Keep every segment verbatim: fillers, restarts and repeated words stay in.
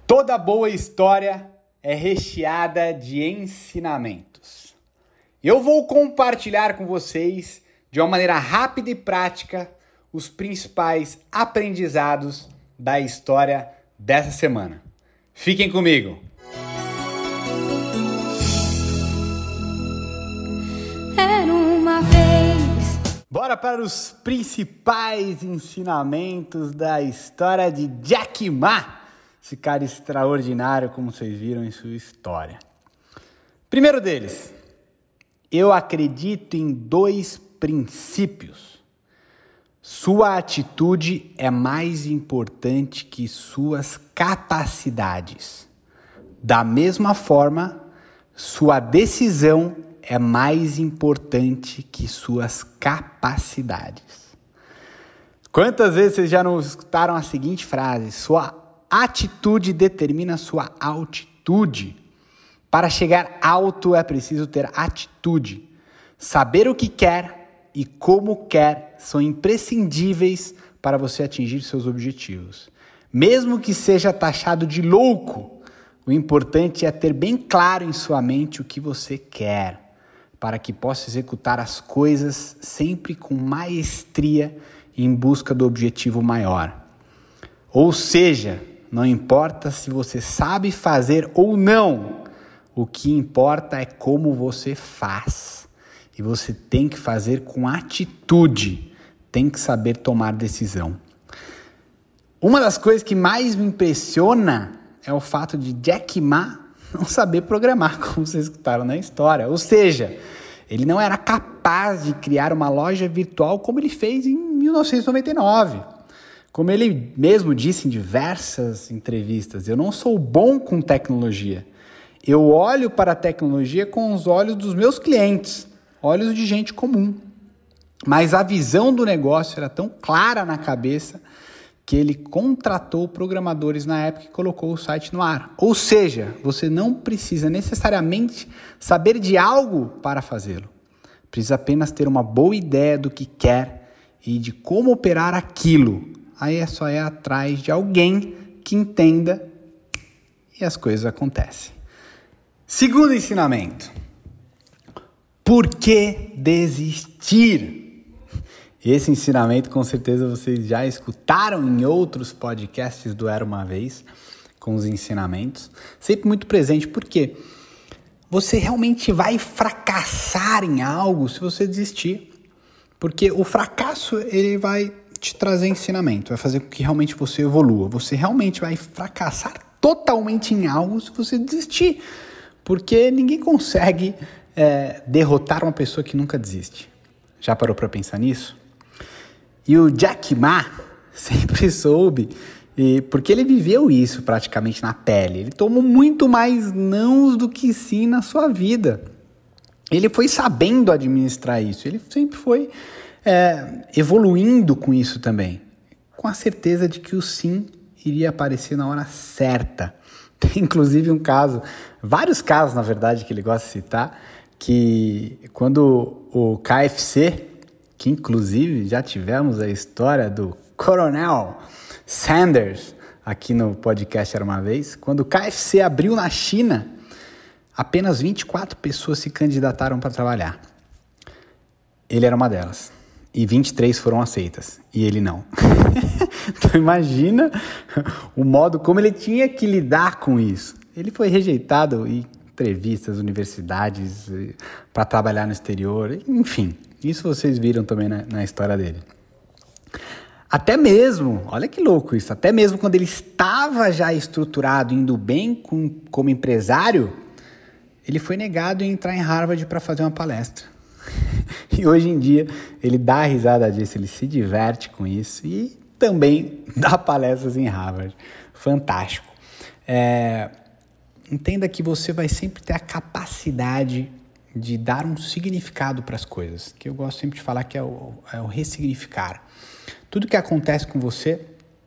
Toda boa história é recheada de ensinamentos. Eu vou compartilhar com vocês, de uma maneira rápida e prática, os principais aprendizados da história dessa semana. Fiquem comigo! Era uma vez. Bora para os principais ensinamentos da história de Jack Ma. Esse cara extraordinário, como vocês viram em sua história. Primeiro deles, eu acredito em dois princípios. Sua atitude é mais importante que suas capacidades. Da mesma forma, sua decisão é mais importante que suas capacidades. Quantas vezes vocês já não escutaram a seguinte frase? Sua atitude determina sua altitude. Para chegar alto é preciso ter atitude. Saber o que quer e como quer são imprescindíveis para você atingir seus objetivos. Mesmo que seja taxado de louco, o importante é ter bem claro em sua mente o que você quer, para que possa executar as coisas sempre com maestria em busca do objetivo maior. Ou seja, não importa se você sabe fazer ou não, o que importa é como você faz. E você tem que fazer com atitude, tem que saber tomar decisão. Uma das coisas que mais me impressiona é o fato de Jack Ma não saber programar, como vocês escutaram na história. Ou seja, ele não era capaz de criar uma loja virtual como ele fez em mil novecentos e noventa e nove. Como ele mesmo disse em diversas entrevistas, eu não sou bom com tecnologia. Eu olho para a tecnologia com os olhos dos meus clientes, olhos de gente comum. Mas a visão do negócio era tão clara na cabeça que ele contratou programadores na época e colocou o site no ar. Ou seja, você não precisa necessariamente saber de algo para fazê-lo. Precisa apenas ter uma boa ideia do que quer e de como operar aquilo. Aí é só ir atrás de alguém que entenda e as coisas acontecem. Segundo ensinamento. Por que desistir? Esse ensinamento com certeza vocês já escutaram em outros podcasts do Era Uma Vez, com os ensinamentos. Sempre muito presente, porque você realmente vai fracassar em algo se você desistir. Porque o fracasso, ele vai te trazer ensinamento, vai fazer com que realmente você evolua. Você realmente vai fracassar totalmente em algo se você desistir, porque ninguém consegue é, derrotar uma pessoa que nunca desiste. Já parou para pensar nisso? E o Jack Ma sempre soube, e, porque ele viveu isso praticamente na pele. Ele tomou muito mais nãos do que sim na sua vida. Ele foi sabendo administrar isso, ele sempre foi É, evoluindo com isso também, com a certeza de que o sim iria aparecer na hora certa. Tem inclusive um caso, vários casos na verdade que ele gosta de citar, que quando o K F C, que inclusive já tivemos a história do Coronel Sanders aqui no podcast Era Uma Vez, quando o K F C abriu na China, apenas vinte e quatro pessoas se candidataram para trabalhar. Ele era uma delas. E vinte e três foram aceitas, e ele não. Então imagina o modo como ele tinha que lidar com isso. Ele foi rejeitado em entrevistas, universidades, para trabalhar no exterior, enfim. Isso vocês viram também na, na história dele. Até mesmo, olha que louco isso, até mesmo quando ele estava já estruturado, indo bem com, como empresário, ele foi negado em entrar em Harvard para fazer uma palestra. E hoje em dia ele dá a risada disso, ele se diverte com isso e também dá palestras em Harvard. Fantástico. É, entenda que você vai sempre ter a capacidade de dar um significado para as coisas, que eu gosto sempre de falar que é o, é o ressignificar. Tudo que acontece com você,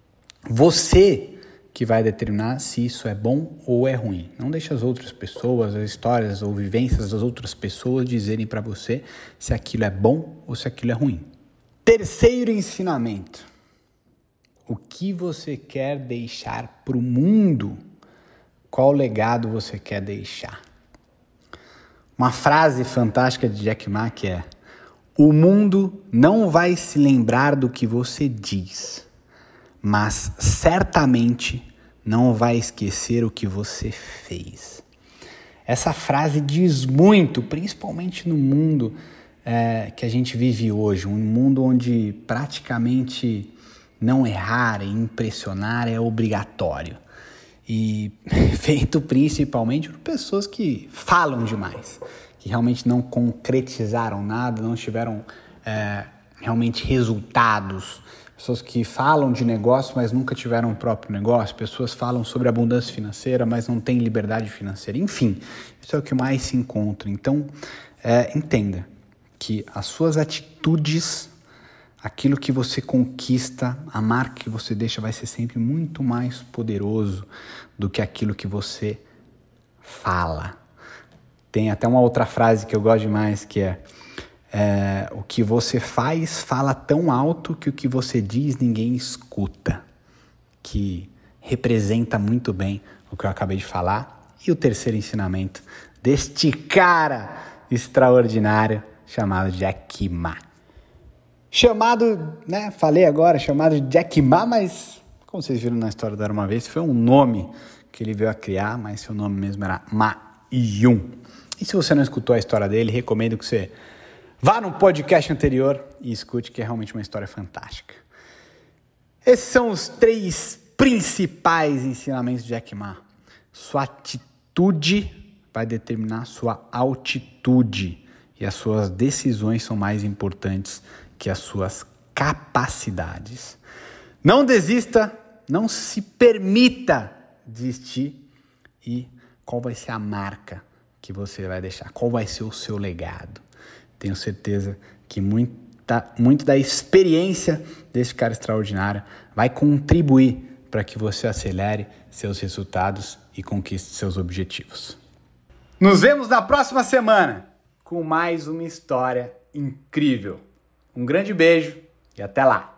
você que vai determinar se isso é bom ou é ruim. Não deixe as outras pessoas, as histórias ou vivências das outras pessoas dizerem para você se aquilo é bom ou se aquilo é ruim. Terceiro ensinamento. O que você quer deixar para o mundo qual legado você quer deixar. Uma frase fantástica de Jack Ma que é: o mundo não vai se lembrar do que você diz, mas certamente não vai esquecer o que você fez. Essa frase diz muito, principalmente no mundo é, que a gente vive hoje, um mundo onde praticamente não errar e impressionar é obrigatório. E feito principalmente por pessoas que falam demais, que realmente não concretizaram nada, não tiveram é, realmente resultados. Pessoas que falam de negócio, mas nunca tiveram o próprio negócio. Pessoas falam sobre abundância financeira, mas não têm liberdade financeira. Enfim, isso é o que mais se encontra. Então, é, entenda que as suas atitudes, aquilo que você conquista, a marca que você deixa vai ser sempre muito mais poderoso do que aquilo que você fala. Tem até uma outra frase que eu gosto demais, que é, é o que você faz fala tão alto que o que você diz ninguém escuta, que representa muito bem o que eu acabei de falar. E o terceiro ensinamento deste cara extraordinário chamado Jack Ma. Chamado, né, falei agora, chamado de Jack Ma, mas como vocês viram na história da Era Uma Vez, foi um nome que ele veio a criar, mas seu nome mesmo era Ma Yun. E se você não escutou a história dele, recomendo que você vá no podcast anterior e escute, que é realmente uma história fantástica. Esses são os três principais ensinamentos de Jack Ma. Sua atitude vai determinar sua altitude e as suas decisões são mais importantes que as suas capacidades. Não desista, não se permita desistir. E qual vai ser a marca que você vai deixar? Qual vai ser o seu legado? Tenho certeza que muita, muito da experiência desse cara extraordinário vai contribuir para que você acelere seus resultados e conquiste seus objetivos. Nos vemos na próxima semana com mais uma história incrível. Um grande beijo e até lá!